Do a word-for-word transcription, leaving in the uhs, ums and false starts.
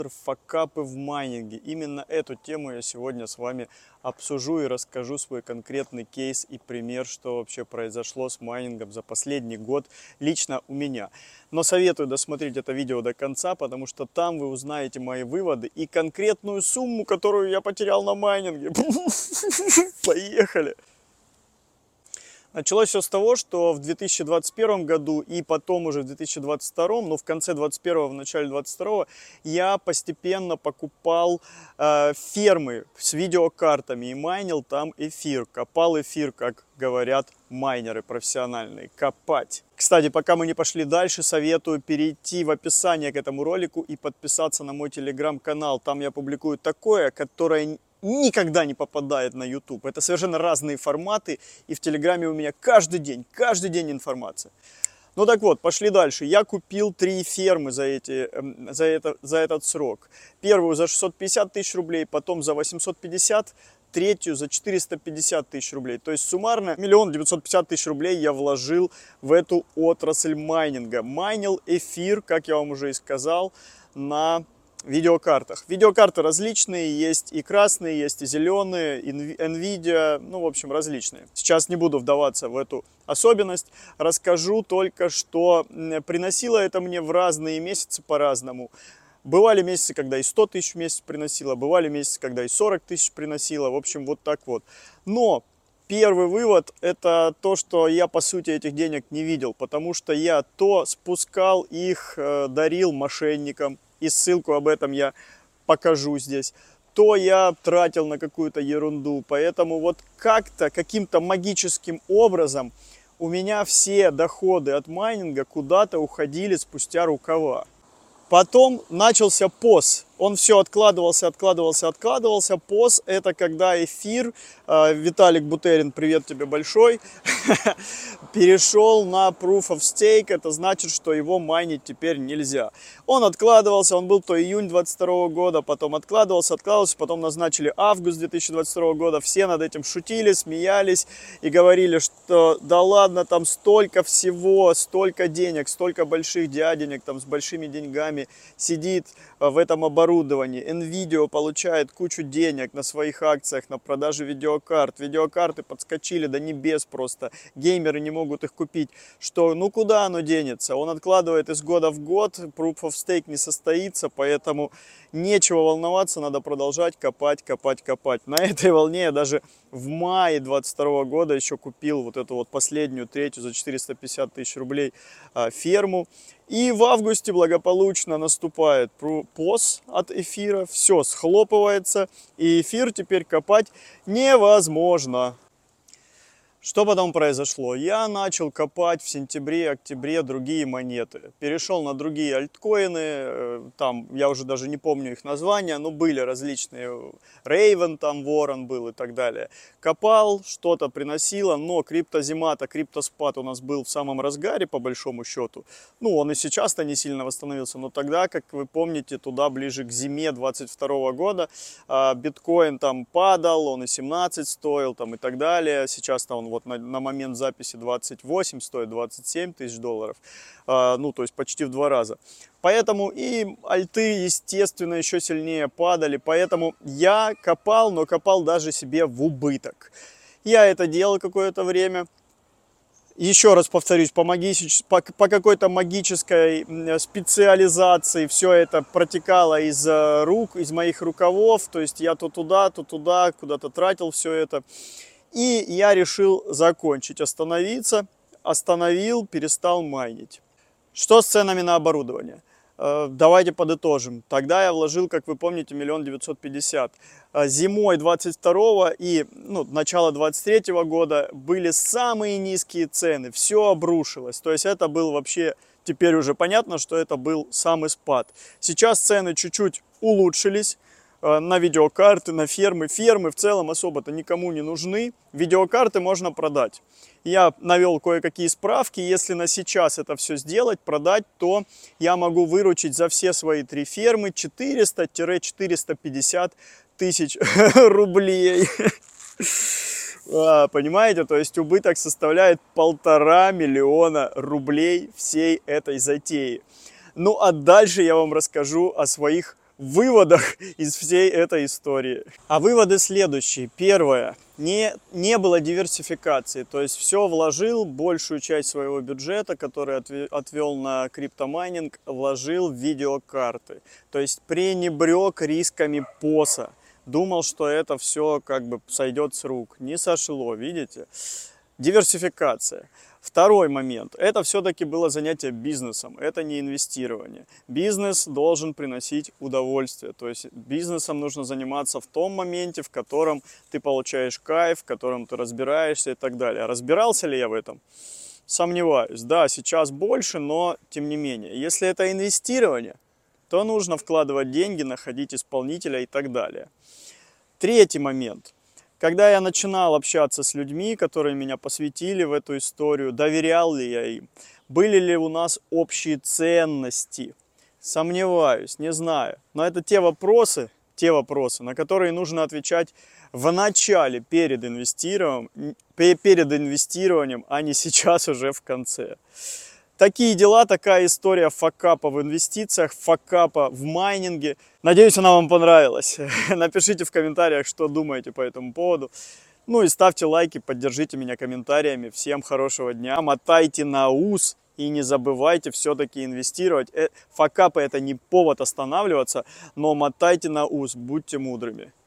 Факапы в майнинге. Именно эту тему я сегодня с вами обсужу и расскажу свой конкретный кейс и пример, что вообще произошло с майнингом за последний год лично у меня. Но советую досмотреть это видео до конца, потому что там вы узнаете мои выводы и конкретную сумму, которую я потерял на майнинге. Поехали! Началось все с того, что в две тысячи двадцать первом году и потом уже в две тысячи двадцать втором, ну в конце двадцать первого, в начале двадцать второго, я постепенно покупал э, фермы с видеокартами и майнил там эфир. Копал эфир, как говорят майнеры профессиональные, копать. Кстати, пока мы не пошли дальше, советую перейти в описание к этому ролику и подписаться на мой телеграм-канал. Там я публикую такое, которое никогда не попадает на YouTube. Это совершенно разные форматы, и в Телеграме у меня каждый день, каждый день информация. Ну так вот, пошли дальше. Я купил три фермы за, эти, за, это, за этот срок. Первую за шестьсот пятьдесят тысяч рублей, потом за восемьсот пятьдесят, третью за четыреста пятьдесят тысяч рублей. То есть суммарно миллион девятьсот пятьдесят тысяч рублей я вложил в эту отрасль майнинга. Майнил эфир, как я вам уже и сказал, на видеокартах. Видеокарты различные, есть и красные, есть и зеленые, Nvidia, ну, в общем, различные. Сейчас не буду вдаваться в эту особенность, расскажу только, что приносило это мне в разные месяцы по-разному. Бывали месяцы, когда и сто тысяч в месяц приносило, бывали месяцы, когда и сорок тысяч приносило, в общем, вот так вот. Но первый вывод – это то, что я, по сути, этих денег не видел, потому что я то спускал их, дарил мошенникам, и ссылку об этом я покажу здесь, то я тратил на какую-то ерунду. Поэтому вот как-то, каким-то магическим образом у меня все доходы от майнинга куда-то уходили спустя рукава. Потом начался поз. Он все откладывался, откладывался, откладывался. Поз – это когда эфир, Виталик Бутерин, привет тебе большой, перешел на Proof of Stake. Это значит, что его майнить теперь нельзя. Он откладывался, он был то июнь двадцать второго года, потом откладывался, откладывался, потом назначили август две тысячи двадцать второго года. Все над этим шутили, смеялись и говорили, что да ладно, там столько всего, столько денег, столько больших дяденек там с большими деньгами сидит в этом оборудовании. Nvidia получает кучу денег на своих акциях, на продаже видеокарт. Видеокарты подскочили до небес просто. Геймеры не могут их купить. Что, ну куда оно денется? Он откладывает из года в год. Proof of Stake не состоится, поэтому нечего волноваться, надо продолжать копать, копать, копать. На этой волне я даже в мае двадцать второго года еще купил вот эту вот последнюю, третью за четыреста пятьдесят тысяч рублей ферму. И в августе благополучно наступает поз от эфира, все схлопывается, и эфир теперь копать невозможно. Что потом произошло? Я начал копать в сентябре-октябре другие монеты. Перешел на другие альткоины, там я уже даже не помню их названия, но были различные. Raven, там Ворон был и так далее. Копал, что-то приносило, но криптозима-то, криптоспад у нас был в самом разгаре, по большому счету. Ну, он и сейчас-то не сильно восстановился, но тогда, как вы помните, туда ближе к зиме двадцать второго года биткоин там падал, он и семнадцать стоил там и так далее. Сейчас-то он вот на, на момент записи двадцать восемь стоит, двадцать семь тысяч долларов, а, ну то есть почти в два раза. Поэтому и альты, естественно, еще сильнее падали, поэтому я копал, но копал даже себе в убыток. Я это делал какое-то время. Еще раз повторюсь, по, магич... по, по какой-то магической специализации все это протекало из рук, из моих рукавов, то есть я то туда, то туда, куда-то тратил все это. И я решил закончить, остановиться, остановил, перестал майнить. Что с ценами на оборудование? Давайте подытожим. Тогда я вложил, как вы помните, миллион девятьсот пятьдесят. Зимой двадцать второго и ну, начало двадцать третьего года были самые низкие цены. Все обрушилось. То есть это был вообще, теперь уже понятно, что это был самый спад. Сейчас цены чуть-чуть улучшились. На видеокарты, на фермы. Фермы в целом особо-то никому не нужны. Видеокарты можно продать. Я навел кое-какие справки. Если на сейчас это все сделать, продать, то я могу выручить за все свои три фермы четыреста — четыреста пятьдесят тысяч рублей. А, понимаете, то есть убыток составляет полтора миллиона рублей всей этой затеи. Ну а дальше я вам расскажу о своих выводах из всей этой истории. А выводы следующие. Первое. Не, не было диверсификации. То есть все вложил, большую часть своего бюджета, который отвел на криптомайнинг, вложил в видеокарты. То есть пренебрег рисками поса. Думал, что это все как бы сойдет с рук. Не сошло, видите? Диверсификация. Второй момент. Это все-таки было занятие бизнесом, это не инвестирование. Бизнес должен приносить удовольствие. То есть бизнесом нужно заниматься в том моменте, в котором ты получаешь кайф, в котором ты разбираешься и так далее. Разбирался ли я в этом? Сомневаюсь. Да, сейчас больше, но тем не менее. Если это инвестирование, то нужно вкладывать деньги, находить исполнителя и так далее. Третий момент. Когда я начинал общаться с людьми, которые меня посвятили в эту историю, доверял ли я им? Были ли у нас общие ценности? Сомневаюсь, не знаю. Но это те вопросы, те вопросы, на которые нужно отвечать в начале, перед инвестированием, перед инвестированием, а не сейчас уже в конце. Такие дела, такая история факапа в инвестициях, факапа в майнинге. Надеюсь, она вам понравилась. Напишите в комментариях, что думаете по этому поводу. Ну и ставьте лайки, поддержите меня комментариями. Всем хорошего дня. Мотайте на ус и не забывайте все-таки инвестировать. Факапы — это не повод останавливаться, но мотайте на ус, будьте мудрыми.